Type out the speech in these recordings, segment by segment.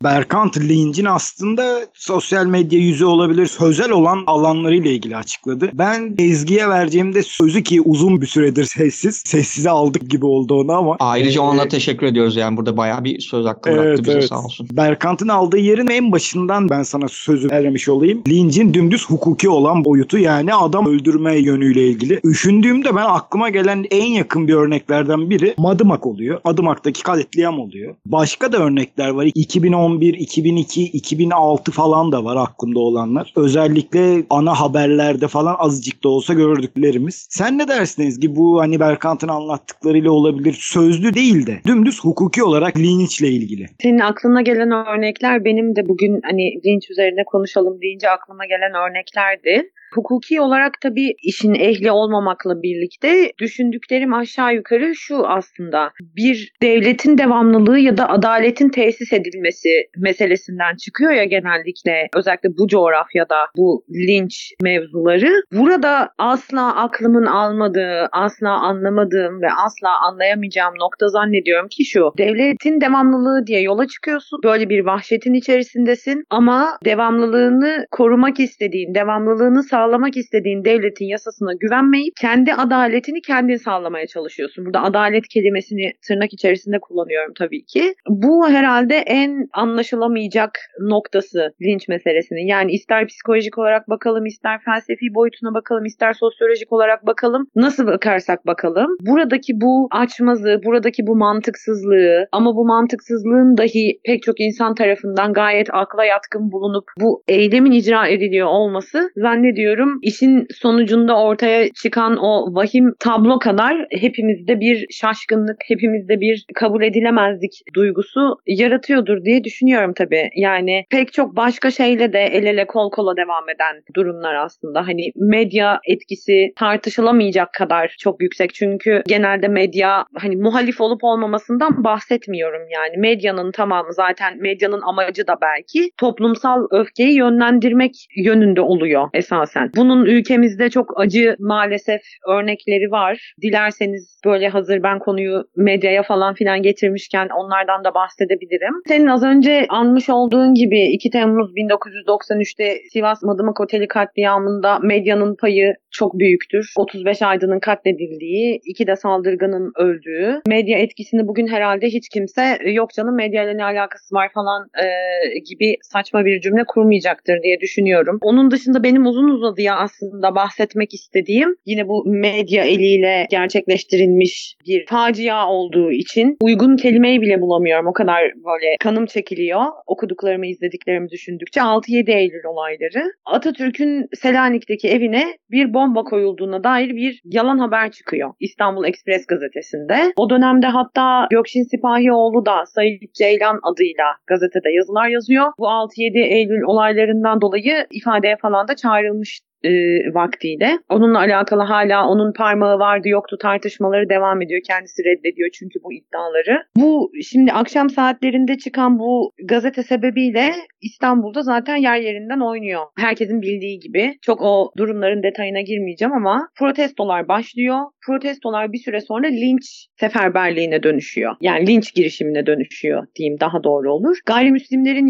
Berkant Lynch'in aslında sosyal medya yüzü olabilir, sözel olan alanlarıyla ilgili açıkladı. Ben Ezgi'ye vereceğimde sözü, ki uzun bir süredir sessiz. Sessize aldık gibi oldu onu ama. Ayrıca ona teşekkür ediyoruz, yani burada bayağı bir söz hakkı bıraktı bize, sağ olsun. Berkant'ın aldığı yerin en başından ben sana sözü vermiş olayım. Lynch'in dümdüz hukuki olan boyutu, yani adam öldürme yönüyle ilgili. Düşündüğümde ben aklıma gelen en yakın bir örneklerden biri Madımak oluyor. Madımak'taki katliam oluyor. Başka da örnekler var. 2011, 2002, 2006 falan da var aklımda olanlar. Özellikle ana haberlerde falan azıcık da olsa gördüklerimiz. Sen ne dersin Ezgi? Bu hani Berkant'ın anlattıklarıyla olabilir. Sözlü değil de dümdüz hukuki olarak Lynch'le ilgili. Senin aklına gelen örnekler benim de bugün hani Lynch üzerine konuşalım deyince aklıma gelen örneklerdi. Hukuki olarak tabii işin ehli olmamakla birlikte düşündüklerim aşağı yukarı şu aslında. Bir devletin devamlılığı ya da adaletin tesis edilmesi meselesinden çıkıyor ya genellikle, özellikle bu coğrafyada bu linç mevzuları. Burada asla aklımın almadığı, asla anlamadığım ve asla anlayamayacağım nokta zannediyorum ki şu: devletin devamlılığı diye yola çıkıyorsun. Böyle bir vahşetin içerisindesin ama devamlılığını korumak istediğin, devamlılığını sağlamak istediğin devletin yasasına güvenmeyip kendi adaletini kendin sağlamaya çalışıyorsun. Burada adalet kelimesini tırnak içerisinde kullanıyorum tabii ki. Bu herhalde en anlaşılamayacak noktası linç meselesinin. Yani ister psikolojik olarak bakalım, ister felsefi boyutuna bakalım, ister sosyolojik olarak bakalım. Nasıl bakarsak bakalım. Buradaki bu açmazı, buradaki bu mantıksızlığı, ama bu mantıksızlığın dahi pek çok insan tarafından gayet akla yatkın bulunup bu eylemin icra ediliyor olması, zannediyorum işin sonucunda ortaya çıkan o vahim tablo kadar hepimizde bir şaşkınlık, hepimizde bir kabul edilemezlik duygusu yaratıyordur diye düşünüyorum tabii. Yani pek çok başka şeyle de el ele kol kola devam eden durumlar aslında. Hani medya etkisi tartışılamayacak kadar çok yüksek. Çünkü genelde medya, hani muhalif olup olmamasından bahsetmiyorum yani. Medyanın tamamı, zaten medyanın amacı da belki toplumsal öfkeyi yönlendirmek yönünde oluyor esasen. Bunun ülkemizde çok acı maalesef örnekleri var. Dilerseniz böyle hazır ben konuyu medyaya falan filan getirmişken onlardan da bahsedebilirim. Senin az önce anmış olduğun gibi 2 Temmuz 1993'te Sivas Madımak Oteli katliamında medyanın payı çok büyüktür. 35 aydının katledildiği, 2 de saldırganın öldüğü. Medya etkisini bugün herhalde hiç kimse yok canım medyayla ne alakası var falan gibi saçma bir cümle kurmayacaktır diye düşünüyorum. Onun dışında benim uzun uzadıya aslında bahsetmek istediğim, yine bu medya eliyle gerçekleştirilmiş bir facia olduğu için uygun kelimeyi bile bulamıyorum. O kadar böyle kanım çekiliyor okuduklarımı, izlediklerimi düşündükçe. 6-7 Eylül olayları. Atatürk'ün Selanik'teki evine bir bomba koyulduğuna dair bir yalan haber çıkıyor İstanbul Express gazetesinde. O dönemde hatta Gökşin Sipahioğlu da Sayit Ceylan adıyla gazetede yazılar yazıyor. Bu 6-7 Eylül olaylarından dolayı ifadeye falan da çağrılmış vaktiyle. Onunla alakalı hala onun parmağı vardı yoktu tartışmaları devam ediyor. Kendisi reddediyor çünkü bu iddiaları. Bu şimdi akşam saatlerinde çıkan bu gazete sebebiyle İstanbul'da zaten yer yerinden oynuyor. Herkesin bildiği gibi. Çok o durumların detayına girmeyeceğim ama protestolar başlıyor. Protestolar bir süre sonra linç seferberliğine dönüşüyor. Yani linç girişimine dönüşüyor diyeyim, daha doğru olur. Gayrimüslimlerin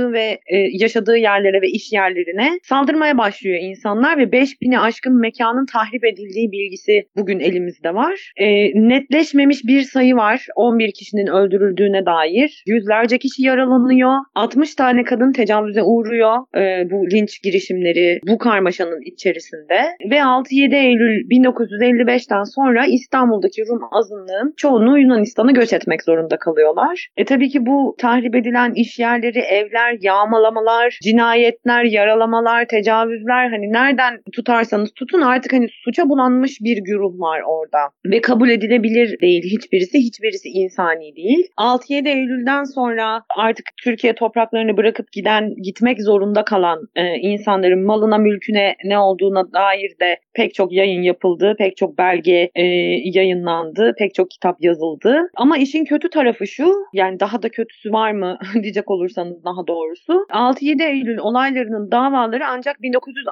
yaşadığı yerlere ve iş yerlerine saldırmaya başlıyor insanlar ve 5000'i aşkın mekanın tahrip edildiği bilgisi bugün elimizde var. Netleşmemiş bir sayı var. 11 kişinin öldürüldüğüne dair. Yüzlerce kişi yaralanıyor. 60 tane kadın tecavüze uğruyor bu linç girişimleri, bu karmaşanın içerisinde. Ve 6-7 Eylül 1955'ten sonra İstanbul'daki Rum azınlığın çoğunluğu Yunanistan'a göç etmek zorunda kalıyorlar. Tabii ki bu tahrip edilen iş yerleri, evler, yağmalamalar, cinayetler, yaralamalar, tecavüzler, hani nereden tutarsanız tutun artık hani suça bulanmış bir güruh var orada. Ve kabul edilebilir değil hiçbirisi insani değil. 6-7 Eylül'den sonra artık Türkiye topraklarını bırakıp gitmek zorunda kalan insanların malına, mülküne ne olduğuna dair de pek çok yayın yapıldı, pek çok belge yayınlandı, pek çok kitap yazıldı. Ama işin kötü tarafı şu, yani daha da kötüsü var mı diyecek olursanız daha doğrusu. 6-7 Eylül olaylarının davaları ancak 1960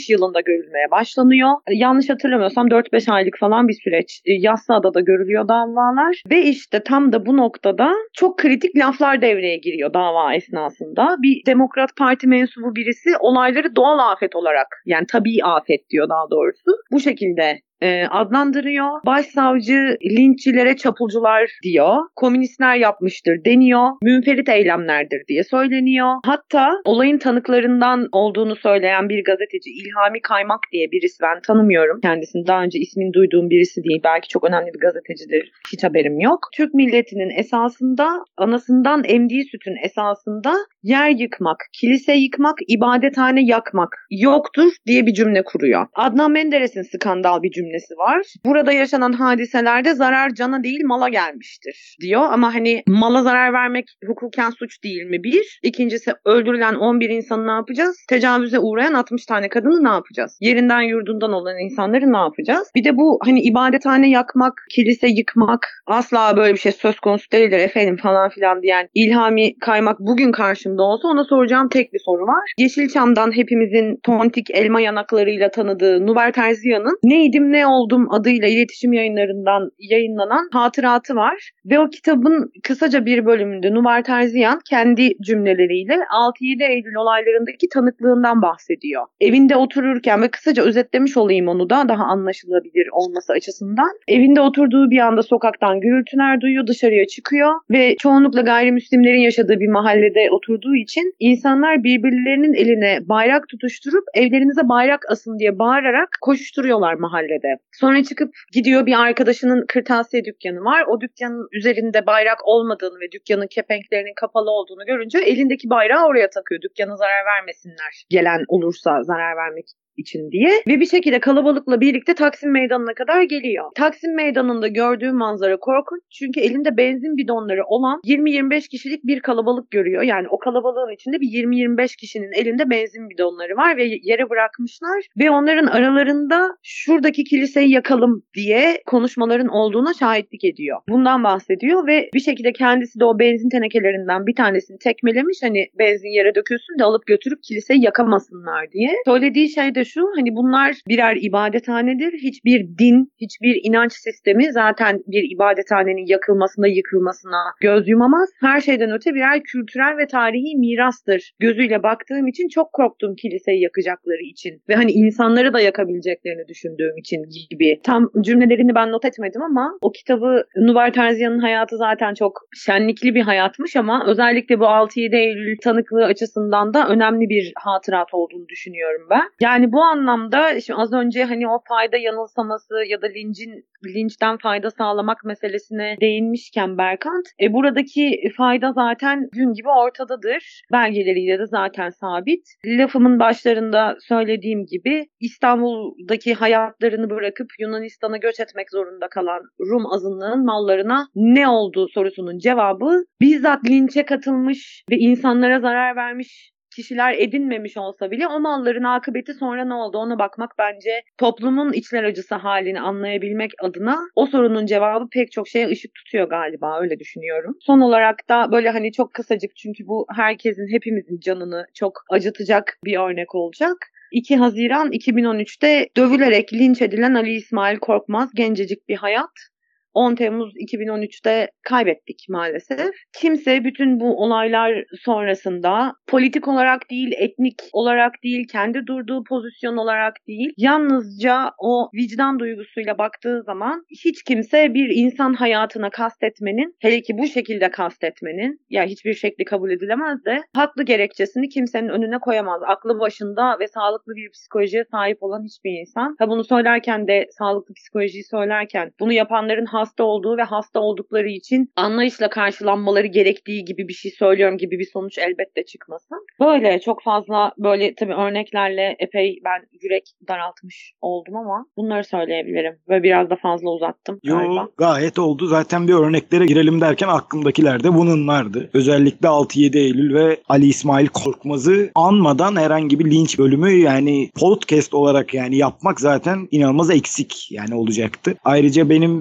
2005 yılında görülmeye başlanıyor. Yanlış hatırlamıyorsam 4-5 aylık falan bir süreç. Yassıada'da görülüyor davalar ve işte tam da bu noktada çok kritik laflar devreye giriyor dava esnasında. Bir Demokrat Parti mensubu birisi olayları doğal afet olarak, yani tabii afet diyor daha doğrusu, bu şekilde adlandırıyor. Başsavcı linççilere çapulcular diyor. Komünistler yapmıştır deniyor. Münferit eylemlerdir diye söyleniyor. Hatta olayın tanıklarından olduğunu söyleyen bir gazeteci İlhami Kaymak diye birisi, ben tanımıyorum kendisini. Daha önce ismini duyduğum birisi değil. Belki çok önemli bir gazetecidir. Hiç haberim yok. Türk milletinin esasında, anasından emdiği sütün esasında yer yıkmak, kilise yıkmak, ibadethane yakmak yoktur diye bir cümle kuruyor. Adnan Menderes'in skandal bir cümlesi var. Burada yaşanan hadiselerde zarar cana değil mala gelmiştir diyor. Ama hani mala zarar vermek hukuken suç değil mi? Bir. İkincisi, öldürülen 11 insanı ne yapacağız? Tecavüze uğrayan 60 tane kadını ne yapacağız? Yerinden yurdundan olan insanları ne yapacağız? Bir de bu hani ibadethane yakmak, kilise yıkmak asla böyle bir şey söz konusu değildir efendim falan filan diyen İlhami Kaymak bugün karşımda olsa ona soracağım tek bir soru var. Yeşilçam'dan hepimizin tontik elma yanaklarıyla tanıdığı Nubar Terziyan'ın Neydim Ne Oldum adıyla iletişim yayınlarından yayınlanan hatıratı var. Ve o kitabın kısaca bir bölümünde Nubar Terziyan kendi cümleleriyle 6-7 Eylül olaylarındaki tanıklığından bahsediyor. Evinde otururken, ve kısaca özetlemiş olayım onu da daha anlaşılabilir olması açısından. Evinde oturduğu bir anda sokaktan gürültüler duyuyor, dışarıya çıkıyor ve çoğunlukla gayrimüslimlerin yaşadığı bir mahallede oturduğu için insanlar birbirlerinin eline bayrak tutuşturup evlerinize bayrak asın diye bağırarak koşuşturuyorlar mahallede. Sonra çıkıp gidiyor, bir arkadaşının kırtasiye dükkanı var. O dükkanın üzerinde bayrak olmadığını ve dükkanın kepenklerinin kapalı olduğunu görünce elindeki bayrağı oraya takıyor. Dükkana zarar vermesinler, gelen olursa zarar vermek için diye. Ve bir şekilde kalabalıkla birlikte Taksim Meydanı'na kadar geliyor. Taksim Meydanı'nda gördüğü manzara korkunç. Çünkü elinde benzin bidonları olan 20-25 kişilik bir kalabalık görüyor. Yani o kalabalığın içinde bir 20-25 kişinin elinde benzin bidonları var ve yere bırakmışlar. Ve onların aralarında şuradaki kiliseyi yakalım diye konuşmaların olduğuna şahitlik ediyor. Bundan bahsediyor ve bir şekilde kendisi de o benzin tenekelerinden bir tanesini tekmelemiş. Hani benzin yere dökülsün de alıp götürüp kiliseyi yakamasınlar diye. Söylediği şey de şu, hani bunlar birer ibadethanedir. Hiçbir din, hiçbir inanç sistemi zaten bir ibadethanenin yakılmasına, yıkılmasına göz yumamaz. Her şeyden öte birer kültürel ve tarihi mirastır. Gözüyle baktığım için çok korktum kiliseyi yakacakları için. Ve hani insanları da yakabileceklerini düşündüğüm için gibi. Tam cümlelerini ben not etmedim ama o kitabı, Nubar Terziyan'ın hayatı zaten çok şenlikli bir hayatmış ama özellikle bu 6-7 Eylül tanıklığı açısından da önemli bir hatırat olduğunu düşünüyorum ben. Yani bu anlamda şimdi az önce hani o fayda yanılsaması ya da linçten fayda sağlamak meselesine değinmişken Berkant, buradaki fayda zaten gün gibi ortadadır. Belgeleriyle de zaten sabit. Lafımın başlarında söylediğim gibi İstanbul'daki hayatlarını bırakıp Yunanistan'a göç etmek zorunda kalan Rum azınlığın mallarına ne olduğu sorusunun cevabı bizzat linçe katılmış ve insanlara zarar vermiş kişiler edinmemiş olsa bile o malların akıbeti sonra ne oldu ona bakmak bence toplumun içler acısı halini anlayabilmek adına o sorunun cevabı pek çok şeye ışık tutuyor galiba, öyle düşünüyorum. Son olarak da böyle hani çok kısacık, çünkü bu herkesin, hepimizin canını çok acıtacak bir örnek olacak. 2 Haziran 2013'te dövülerek linç edilen Ali İsmail Korkmaz, gencecik bir hayat. 10 Temmuz 2013'te kaybettik maalesef. Kimse bütün bu olaylar sonrasında politik olarak değil, etnik olarak değil, kendi durduğu pozisyon olarak değil, yalnızca o vicdan duygusuyla baktığı zaman hiç kimse bir insan hayatına kastetmenin, hele ki bu şekilde kastetmenin, ya hiçbir şekli kabul edilemez de, haklı gerekçesini kimsenin önüne koyamaz. Aklı başında ve sağlıklı bir psikolojiye sahip olan hiçbir insan. Bunu söylerken de, sağlıklı psikolojiyi söylerken, bunu yapanların hasta olduğu ve hasta oldukları için anlayışla karşılanmaları gerektiği gibi bir şey söylüyorum gibi bir sonuç elbette çıkmasın. Böyle çok fazla böyle tabii örneklerle epey ben yürek daraltmış oldum ama bunları söyleyebilirim. Ve biraz da fazla uzattım galiba. Yo, gayet oldu. Zaten bir örneklere girelim derken aklımdakiler de bununlardı. Özellikle 6-7 Eylül ve Ali İsmail Korkmaz'ı anmadan herhangi bir linç bölümü, yani podcast olarak yani yapmak zaten inanılmaz eksik yani olacaktı. Ayrıca benim sen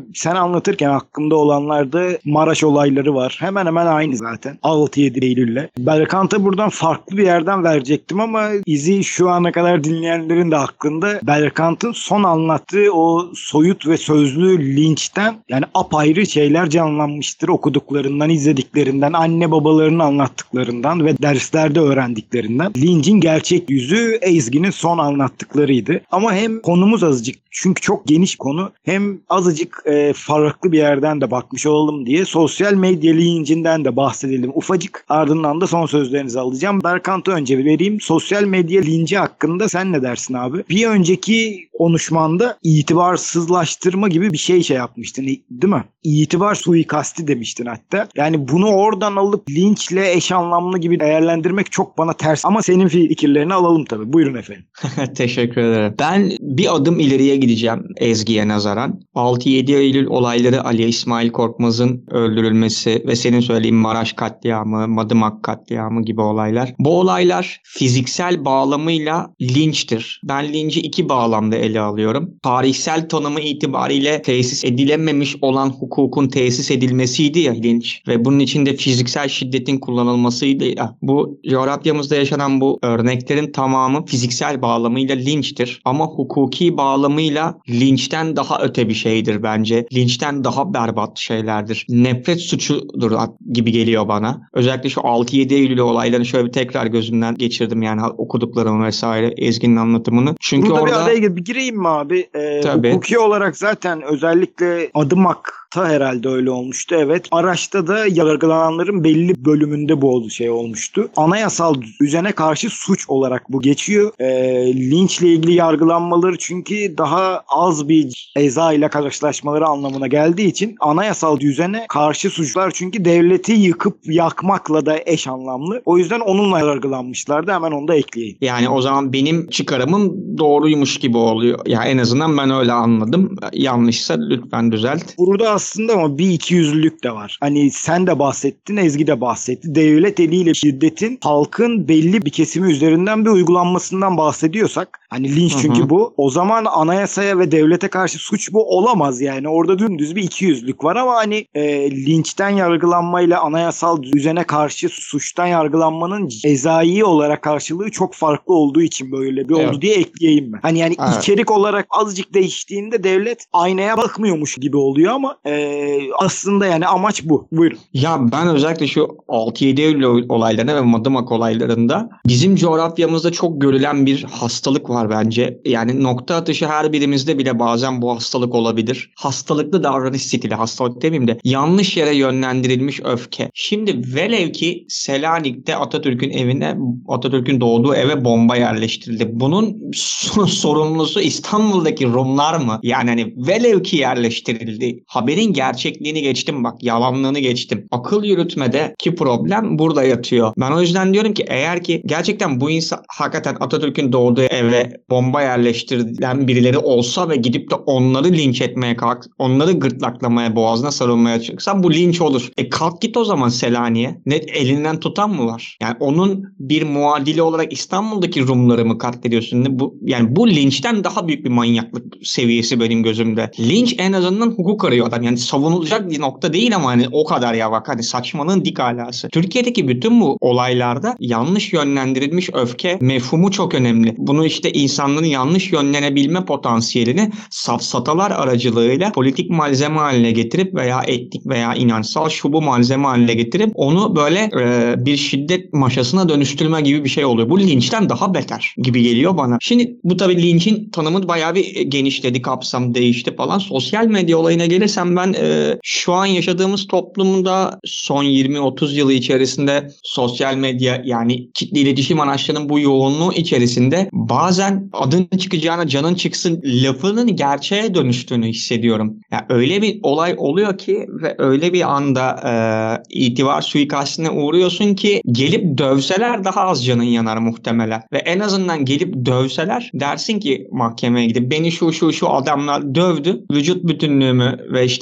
anlatırken aklımda olanlar da Maraş olayları var. Hemen hemen aynı zaten. 6-7 Eylül'le. Berkant'a buradan farklı bir yerden verecektim ama izi şu ana kadar dinleyenlerin de aklında. Berkant'ın son anlattığı o soyut ve sözlü linçten yani apayrı şeyler canlanmıştır okuduklarından, izlediklerinden, anne babalarının anlattıklarından ve derslerde öğrendiklerinden. Lincin gerçek yüzü Ezgi'nin son anlattıklarıydı. Ama hem konumuz azıcık çünkü çok geniş konu hem azıcık farklı bir yerden de bakmış olalım diye sosyal medya lincinden de bahsedelim ufacık. Ardından da son sözlerinizi alacağım. Berkant'a önce vereyim. Sosyal medya linci hakkında sen ne dersin abi? Bir önceki konuşmanda itibarsızlaştırma gibi bir şey yapmıştın değil mi? İtibar suikasti demiştin hatta. Yani bunu oradan alıp linçle eş anlamlı gibi değerlendirmek çok bana ters. Ama senin fikirlerini alalım tabii. Buyurun efendim. Teşekkür ederim. Ben bir adım ileriye gideceğim Ezgi'ye nazaran. 6-7 Eylül olayları, Ali İsmail Korkmaz'ın öldürülmesi ve senin söylediğin Maraş katliamı, Madımak katliamı gibi olaylar. Bu olaylar fiziksel bağlamıyla linçtir. Ben linci iki bağlamda ele alıyorum. Tarihsel tanımı itibariyle tesis edilememiş olan hukukun tesis edilmesiydi ya linç ve bunun içinde fiziksel şiddetin kullanılmasıydı ya. Bu coğrafyamızda yaşanan bu örneklerin tamamı fiziksel bağlamıyla linçtir ama hukuki bağlamıyla linçten daha öte bir şeydir bence. Linçten daha berbat şeylerdir. Nefret suçudur gibi geliyor bana. Özellikle şu 6-7 Eylül olaylarını şöyle bir tekrar gözümden geçirdim yani okuduklarımı vesaire Ezgi'nin anlatımını. Çünkü burada orada bir araya gireyim mi abi? Tabii. Hukuki olarak zaten özellikle Madımak'ta herhalde öyle olmuştu. Evet. Araç'ta da yargılananların belli bölümünde bu şey olmuştu. Anayasal düzene karşı suç olarak bu geçiyor. Linçle ilgili yargılanmaları çünkü daha az bir ceza ile karşılaşmaları anlamına geldiği için anayasal düzene karşı suçlar çünkü devleti yıkıp yakmakla da eş anlamlı. O yüzden onunla yargılanmışlardı. Hemen onu da ekleyeyim. Yani o zaman benim çıkarımım doğruymuş gibi oluyor. Ya en azından ben öyle anladım. Yanlışsa lütfen düzelt. Burada aslında ama bir ikiyüzlülük de var. Hani sen de bahsettin, Ezgi de bahsetti. Devlet eliyle şiddetin halkın belli bir kesimi üzerinden bir uygulanmasından bahsediyorsak hani linç çünkü bu. O zaman anayasaya ve devlete karşı suç bu olamaz yani. Orada dümdüz bir ikiyüzlülük var ama hani linçten yargılanmayla anayasal düzene karşı suçtan yargılanmanın cezai olarak karşılığı çok farklı olduğu için böyle bir oldu diye ekleyeyim ben. Hani yani içerik olarak azıcık değiştiğinde devlet aynaya bakmıyormuş gibi oluyor ama aslında yani amaç bu. Buyurun. Ya ben özellikle şu 6-7 Eylül olaylarına ve Madımak olaylarında bizim coğrafyamızda çok görülen bir hastalık var bence. Yani nokta atışı her birimizde bile bazen bu hastalık olabilir. Hastalıklı davranış stili, hastalık demeyeyim de yanlış yere yönlendirilmiş öfke. Şimdi velev ki Selanik'te Atatürk'ün doğduğu eve bomba yerleştirildi. Bunun sorumlusu İstanbul'daki Rumlar mı? Yani hani velev ki yerleştirildi. Haberin gerçekliğini geçtim bak, yalanlığını geçtim. Akıl yürütmedeki problem burada yatıyor. Ben o yüzden diyorum ki eğer ki gerçekten bu insan hakikaten Atatürk'ün doğduğu eve bomba yerleştirilen birileri olsa ve gidip de onları linç etmeye kalk, onları gırtlaklamaya, boğazına sarılmaya çıksa bu linç olur. Kalk git o zaman Selanik'e. Net elinden tutan mı var? Yani onun bir muadili olarak İstanbul'daki Rumları mı katlediyorsun? Bu linçten daha büyük bir manyaklık seviyesi benim gözümde. Linç en azından hukuk arıyor adam. Yani savunulacak bir nokta değil ama hani o kadar ya bak hani saçmalığın dik alası. Türkiye'deki bütün bu olaylarda yanlış yönlendirilmiş öfke mefhumu çok önemli. Bunu işte insanların yanlış yönlenebilme potansiyelini safsatalar aracılığıyla politik malzeme haline getirip veya etnik veya inançsal şubu malzeme haline getirip onu böyle bir şiddet maşasına dönüştürme gibi bir şey oluyor. Bu linçten daha beter gibi geliyor bana. Şimdi bu tabii linçin tanımı bayağı bir genişledi, kapsam değişti falan. Sosyal medya olayına gelirsem ben şu an yaşadığımız toplumda son 20-30 yılı içerisinde sosyal medya yani kitle iletişim araçlarının bu yoğunluğu içerisinde bazen adın çıkacağına canın çıksın lafının gerçeğe dönüştüğünü hissediyorum. Yani öyle bir olay oluyor ki ve öyle bir anda itibar suikastine uğruyorsun ki gelip dövseler daha az canın yanar muhtemelen. Ve en azından gelip dövseler dersin ki mahkemeye gidip beni şu adamlar dövdü. Vücut bütünlüğümü ve işte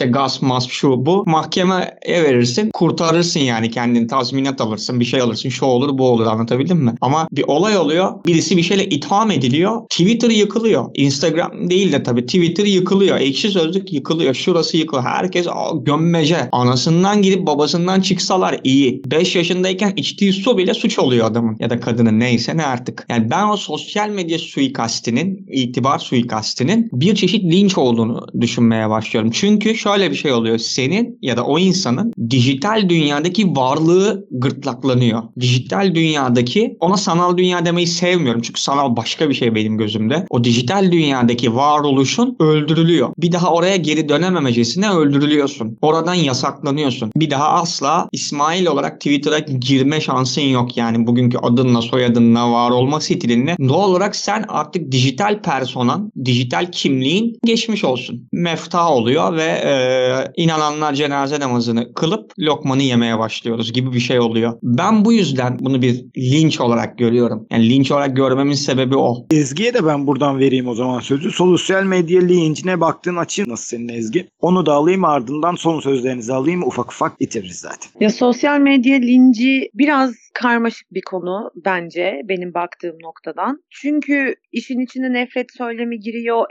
işte gasp masp şu bu mahkemeye verirsin, kurtarırsın yani kendini, tazminat alırsın, bir şey alırsın, şu olur bu olur, anlatabildim mi? Ama bir olay oluyor, birisi bir şeyle itham ediliyor, Twitter yıkılıyor. Instagram değil de tabii Twitter yıkılıyor. Ekşi Sözlük yıkılıyor. Şurası yıkılıyor. Herkes gömmece. Anasından gidip babasından çıksalar iyi. 5 yaşındayken içtiği su bile suç oluyor adamın ya da kadının, neyse ne artık. Yani ben o sosyal medya suikastinin, itibar suikastinin bir çeşit linç olduğunu düşünmeye başlıyorum. Çünkü şöyle bir şey oluyor. Senin ya da o insanın dijital dünyadaki varlığı gırtlaklanıyor. Dijital dünyadaki, ona sanal dünya demeyi sevmiyorum. Çünkü sanal başka bir şey benim gözümde. O dijital dünyadaki varoluşun öldürülüyor. Bir daha oraya geri dönememecesine öldürülüyorsun. Oradan yasaklanıyorsun. Bir daha asla İsmail olarak Twitter'a girme şansın yok. Yani bugünkü adınla, soyadınla, var olma stilinle doğal olarak sen artık dijital personan, dijital kimliğin geçmiş olsun. Mefta oluyor ve inananlar cenaze namazını kılıp lokmanı yemeye başlıyoruz gibi bir şey oluyor. Ben bu yüzden bunu bir linç olarak görüyorum. Yani linç olarak görmemin sebebi o. Ezgi'ye de ben buradan vereyim o zaman sözü. Sosyal medya lincine baktığın açı nasıl senin Ezgi? Onu da alayım, ardından son sözlerinizi alayım. Ufak ufak bitiririz zaten. Ya sosyal medya linci biraz karmaşık bir konu bence benim baktığım noktadan. Çünkü işin içine nefret söylemi giriyor,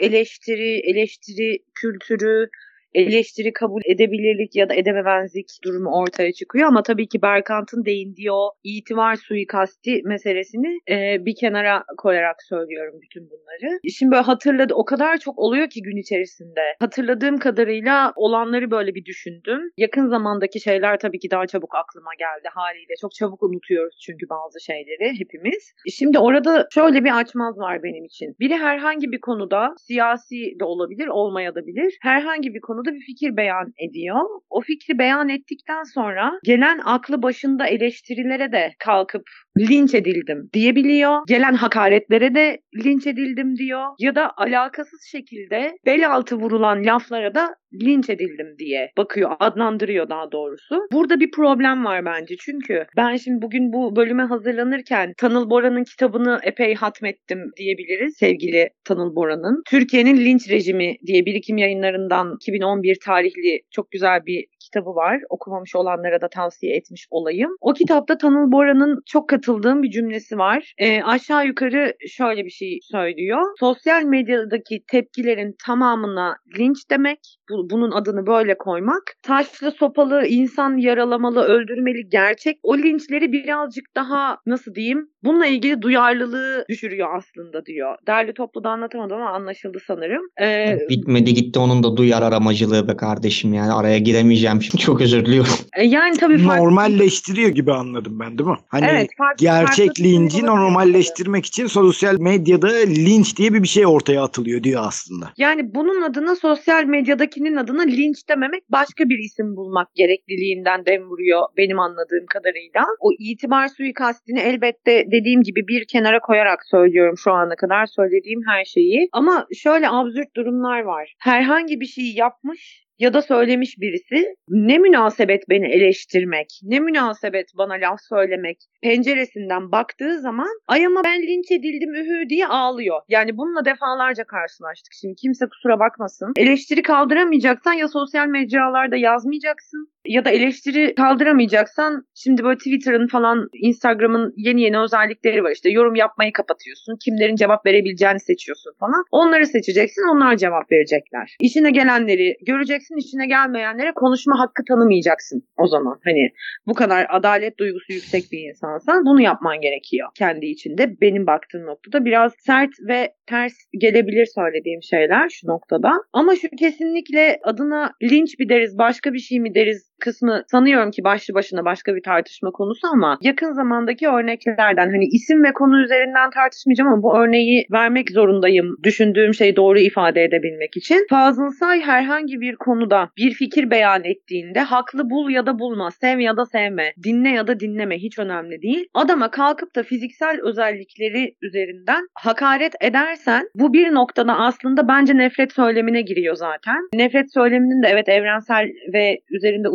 eleştiri kültürü, eleştiri kabul edebilirlik ya da edememezlik durumu ortaya çıkıyor. Ama tabii ki Berkant'ın değindiği o itibar suikasti meselesini bir kenara koyarak söylüyorum bütün bunları. Şimdi böyle o kadar çok oluyor ki gün içerisinde. Hatırladığım kadarıyla olanları böyle bir düşündüm. Yakın zamandaki şeyler tabii ki daha çabuk aklıma geldi haliyle. Çok çabuk unutuyoruz çünkü bazı şeyleri hepimiz. Şimdi orada şöyle bir açmaz var benim için. Biri herhangi bir konuda, siyasi de olabilir, olmayabilir, herhangi bir konuda bir fikir beyan ediyor. O fikri beyan ettikten sonra gelen aklı başında eleştirilere de kalkıp linç edildim diyebiliyor. Gelen hakaretlere de linç edildim diyor. Ya da alakasız şekilde bel altı vurulan laflara da linç edildim diye bakıyor, adlandırıyor daha doğrusu. Burada bir problem var bence. Çünkü ben şimdi bugün bu bölüme hazırlanırken Tanıl Bora'nın kitabını epey hatmettim diyebiliriz. Sevgili Tanıl Bora'nın Türkiye'nin Linç Rejimi diye Birikim Yayınlarından 2011 tarihli çok güzel bir kitabı var. Okumamış olanlara da tavsiye etmiş olayım. O kitapta Tanıl Bora'nın çok katıldığım bir cümlesi var. Aşağı yukarı şöyle bir şey söylüyor. Sosyal medyadaki tepkilerin tamamına linç demek, bunun adını böyle koymak, taşlı sopalı, insan yaralamalı, öldürmeli gerçek o linçleri birazcık daha nasıl diyeyim, bununla ilgili duyarlılığı düşürüyor aslında diyor. Derli toplu da anlatamadım ama anlaşıldı sanırım. Bitmedi gitti onun da duyar aramacılığı be kardeşim, yani araya giremeyeceğim şimdi, çok özür diliyorum. Yani tabii normalleştiriyor gibi anladım ben, değil mi? Hani evet, gerçek linci normalleştirmek için sosyal medyada linç diye bir şey ortaya atılıyor diyor aslında. Yani bunun adına, sosyal medyadakinin adına linç dememek, başka bir isim bulmak gerekliliğinden dem vuruyor benim anladığım kadarıyla. O itibar suikastini elbette dediğim gibi bir kenara koyarak söylüyorum şu ana kadar söylediğim her şeyi. Ama şöyle absürt durumlar var. Herhangi bir şeyi yapmış ya da söylemiş birisi, ne münasebet beni eleştirmek, ne münasebet bana laf söylemek penceresinden baktığı zaman ay ama ben linç edildim ühü diye ağlıyor. Yani bununla defalarca karşılaştık. Şimdi kimse kusura bakmasın. Eleştiri kaldıramayacaksan ya sosyal mecralarda yazmayacaksın ya da eleştiri kaldıramayacaksan şimdi böyle Twitter'ın falan, Instagram'ın yeni özellikleri var. İşte yorum yapmayı kapatıyorsun. Kimlerin cevap verebileceğini seçiyorsun falan. Onları seçeceksin, onlar cevap verecekler. İşine gelenleri göreceksin, işine gelmeyenlere konuşma hakkı tanımayacaksın o zaman. Hani bu kadar adalet duygusu yüksek bir insansan bunu yapman gerekiyor kendi içinde. Benim baktığım noktada biraz sert ve ters gelebilir söylediğim şeyler şu noktada. Ama şu kesinlikle adına linç mi deriz, başka bir şey mi deriz kısmı sanıyorum ki başlı başına başka bir tartışma konusu, ama yakın zamandaki örneklerden, hani isim ve konu üzerinden tartışmayacağım ama bu örneği vermek zorundayım düşündüğüm şeyi doğru ifade edebilmek için. Fazıl Say herhangi bir konuda bir fikir beyan ettiğinde haklı bul ya da bulma, sev ya da sevme, dinle ya da dinleme, hiç önemli değil. Adama kalkıp da fiziksel özellikleri üzerinden hakaret edersen bu bir noktada aslında bence nefret söylemine giriyor zaten. Nefret söyleminin de evet evrensel ve üzerinde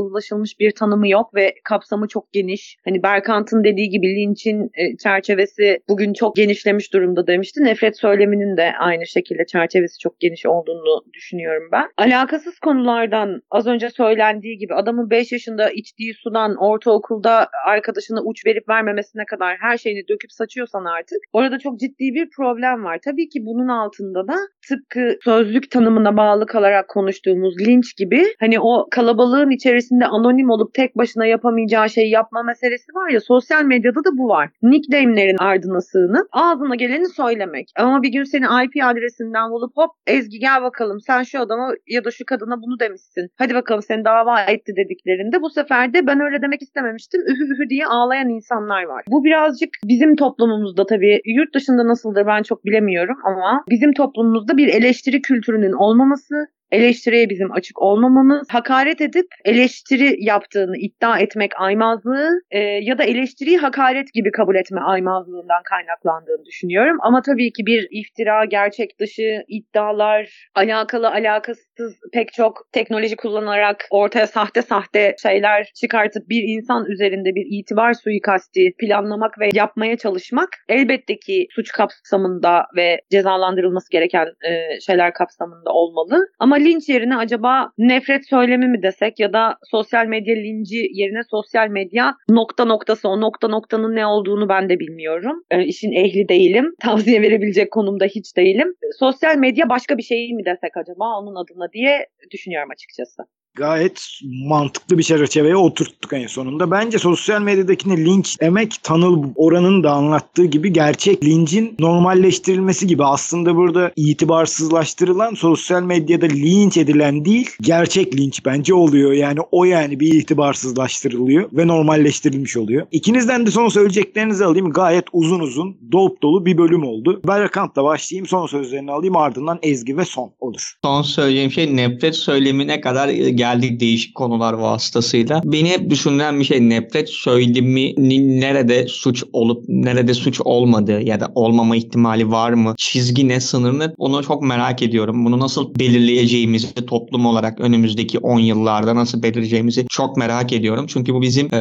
yozlaşılmış bir tanımı yok ve kapsamı çok geniş. Hani Berkant'ın dediği gibi linçin çerçevesi bugün çok genişlemiş durumda demişti. Nefret söyleminin de aynı şekilde çerçevesi çok geniş olduğunu düşünüyorum ben. Alakasız konulardan az önce söylendiği gibi adamın 5 yaşında içtiği sudan ortaokulda arkadaşına uç verip vermemesine kadar her şeyini döküp saçıyorsan artık orada çok ciddi bir problem var. Tabii ki bunun altında da tıpkı sözlük tanımına bağlı kalarak konuştuğumuz linç gibi hani o kalabalığın içerisinde anonim olup tek başına yapamayacağı şeyi yapma meselesi var ya, sosyal medyada da bu var. Nickname'lerin ardına sığınıp ağzına geleni söylemek. Ama bir gün seni IP adresinden bulup hop Ezgi gel bakalım sen şu adama ya da şu kadına bunu demişsin. Hadi bakalım seni dava etti dediklerinde bu sefer de ben öyle demek istememiştim ühü diye ağlayan insanlar var. Bu birazcık bizim toplumumuzda, tabii yurt dışında nasıldır ben çok bilemiyorum ama bizim toplumumuzda bir eleştiri kültürünün olmaması, eleştiriye bizim açık olmamamız, hakaret edip eleştiri yaptığını iddia etmek aymazlığı ya da eleştiriyi hakaret gibi kabul etme aymazlığından kaynaklandığını düşünüyorum. Ama tabii ki bir iftira, gerçek dışı iddialar, alakasız pek çok teknoloji kullanarak ortaya sahte şeyler çıkartıp bir insan üzerinde bir itibar suikasti planlamak ve yapmaya çalışmak elbette ki suç kapsamında ve cezalandırılması gereken şeyler kapsamında olmalı. Ama linç yerine acaba nefret söylemi mi desek ya da sosyal medya linci yerine sosyal medya noktası, o noktanın ne olduğunu ben de bilmiyorum. İşin ehli değilim. Tavsiye verebilecek konumda hiç değilim. Sosyal medya başka bir şey mi desek acaba onun adına diye düşünüyorum açıkçası. Gayet mantıklı bir çerçeveye oturttuk en sonunda. Bence sosyal medyadakine linç demek Tanıl Oran'ın da anlattığı gibi gerçek lincin normalleştirilmesi gibi. Aslında burada itibarsızlaştırılan sosyal medyada linç edilen değil, gerçek linç bence oluyor. Yani o bir itibarsızlaştırılıyor ve normalleştirilmiş oluyor. İkinizden de son söyleyeceklerinizi alayım. Gayet uzun dolup dolu bir bölüm oldu. Berkant'la başlayayım, son sözlerini alayım, ardından Ezgi ve son olur. Son söyleyeceğim şey nefret söylemine kadar geldik değişik konular vasıtasıyla. Beni hep düşündüren bir şey nefret söyleminin nerede suç olup nerede suç olmadığı ya da olmama ihtimali var mı? Çizgi ne, sınır ne? Onu çok merak ediyorum. Bunu nasıl belirleyeceğimizi toplum olarak önümüzdeki 10 yıllarda nasıl belirleyeceğimizi çok merak ediyorum. Çünkü bu bizim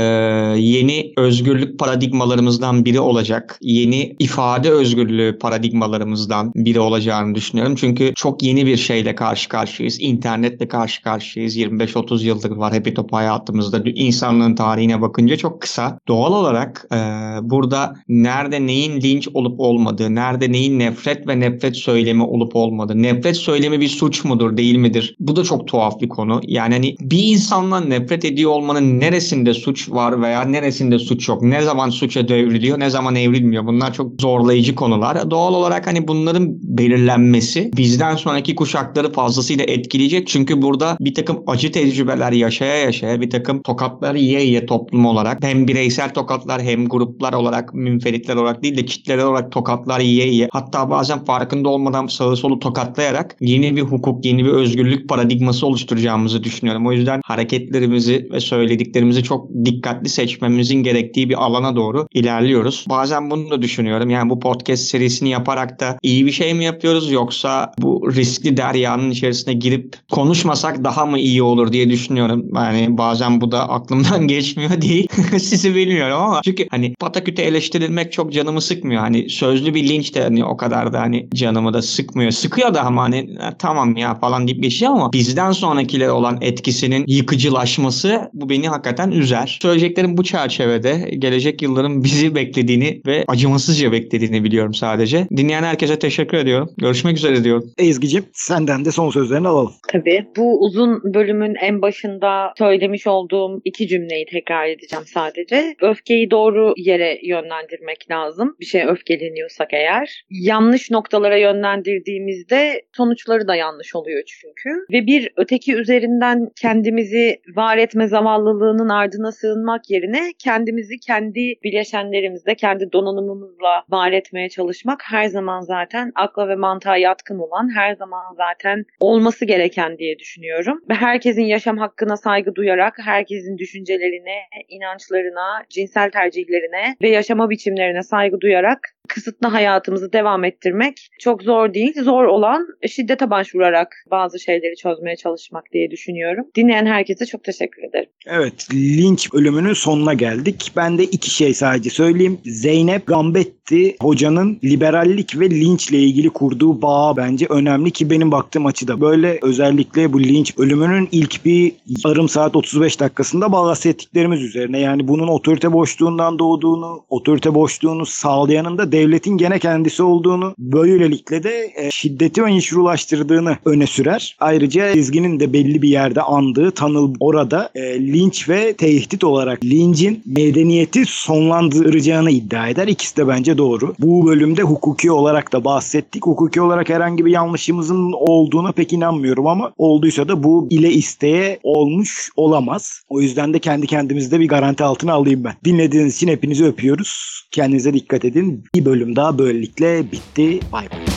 yeni özgürlük paradigmalarımızdan biri olacak. Yeni ifade özgürlüğü paradigmalarımızdan biri olacağını düşünüyorum. Çünkü çok yeni bir şeyle karşı karşıyayız. İnternetle karşı karşıyayız. 25-30 yıldır var Hepitop hayatımızda. İnsanlığın tarihine bakınca çok kısa. Doğal olarak burada nerede neyin linç olup olmadığı, nerede neyin nefret ve nefret söylemi olup olmadığı, nefret söylemi bir suç mudur, değil midir? Bu da çok tuhaf bir konu. Yani hani bir insandan nefret ediyor olmanın neresinde suç var veya neresinde suç yok? Ne zaman suça devriliyor, ne zaman evrilmiyor? Bunlar çok zorlayıcı konular. Doğal olarak hani bunların belirlenmesi bizden sonraki kuşakları fazlasıyla etkileyecek. Çünkü burada bir takım acı tecrübeler yaşaya bir takım tokatlar yiye toplum olarak hem bireysel tokatlar hem gruplar olarak münferitler olarak değil de kitleler olarak tokatlar yiye hatta bazen farkında olmadan sağı solu tokatlayarak yeni bir hukuk, yeni bir özgürlük paradigması oluşturacağımızı düşünüyorum. O yüzden hareketlerimizi ve söylediklerimizi çok dikkatli seçmemizin gerektiği bir alana doğru ilerliyoruz. Bazen bunu da düşünüyorum. Yani bu podcast serisini yaparak da iyi bir şey mi yapıyoruz yoksa bu riskli deryanın içerisine girip konuşmasak daha mı iyi olur diye düşünüyorum. Yani bazen bu da aklımdan geçmiyor değil. Sizi bilmiyorum ama çünkü hani pataküte eleştirilmek çok canımı sıkmıyor. Hani sözlü bir linç de hani o kadar da hani canımı da sıkmıyor. Sıkıyor da ama hani tamam ya falan deyip geçiyor ama bizden sonrakiler olan etkisinin yıkıcılaşması bu beni hakikaten üzer. Söyleyeceklerim bu çerçevede gelecek yılların bizi beklediğini ve acımasızca beklediğini biliyorum sadece. Dinleyen herkese teşekkür ediyorum. Görüşmek üzere diyorum. Ezgi'cim senden de son sözlerini alalım. Tabii. Bu uzun bölümün en başında söylemiş olduğum 2 cümleyi tekrar edeceğim sadece. Öfkeyi doğru yere yönlendirmek lazım. Bir şeye öfkeleniyorsak eğer. Yanlış noktalara yönlendirdiğimizde sonuçları da yanlış oluyor çünkü. Ve bir öteki üzerinden kendimizi var etme zavallılığının ardına sığınmak yerine kendimizi kendi bileşenlerimizle, kendi donanımımızla var etmeye çalışmak her zaman zaten akla ve mantığa yatkın olan, her zaman zaten olması gereken diye düşünüyorum. Ve herkesin yaşam hakkına saygı duyarak, herkesin düşüncelerine, inançlarına, cinsel tercihlerine ve yaşama biçimlerine saygı duyarak kısıtlı hayatımızı devam ettirmek çok zor değil. Zor olan şiddete başvurarak bazı şeyleri çözmeye çalışmak diye düşünüyorum. Dinleyen herkese çok teşekkür ederim. Evet, linç ölümünün sonuna geldik. Ben de iki şey sadece söyleyeyim. Zeynep Gambetti hocanın liberallik ve linçle ilgili kurduğu bağ bence önemli ki benim baktığım açıda. Böyle özellikle bu linç ölümünün ilk bir yarım saat 35 dakikasında bahsettiklerimiz üzerine. Yani bunun otorite boşluğundan doğduğunu, otorite boşluğunu sağlayanın da devletin gene kendisi olduğunu, böylelikle de şiddeti meşrulaştırdığını öne sürer. Ayrıca Ezgi'nin de belli bir yerde andığı, orada linç ve tehdit olarak lincin medeniyeti sonlandıracağını iddia eder. İkisi de bence doğru. Bu bölümde hukuki olarak da bahsettik. Hukuki olarak herhangi bir yanlışımızın olduğuna pek inanmıyorum ama olduysa da bu ile isteye olmuş olamaz. O yüzden de kendi kendimizde bir garanti altına alayım ben. Dinlediğiniz için hepinizi öpüyoruz. Kendinize dikkat edin. Bir bölüm daha böylelikle bitti. Bay bay.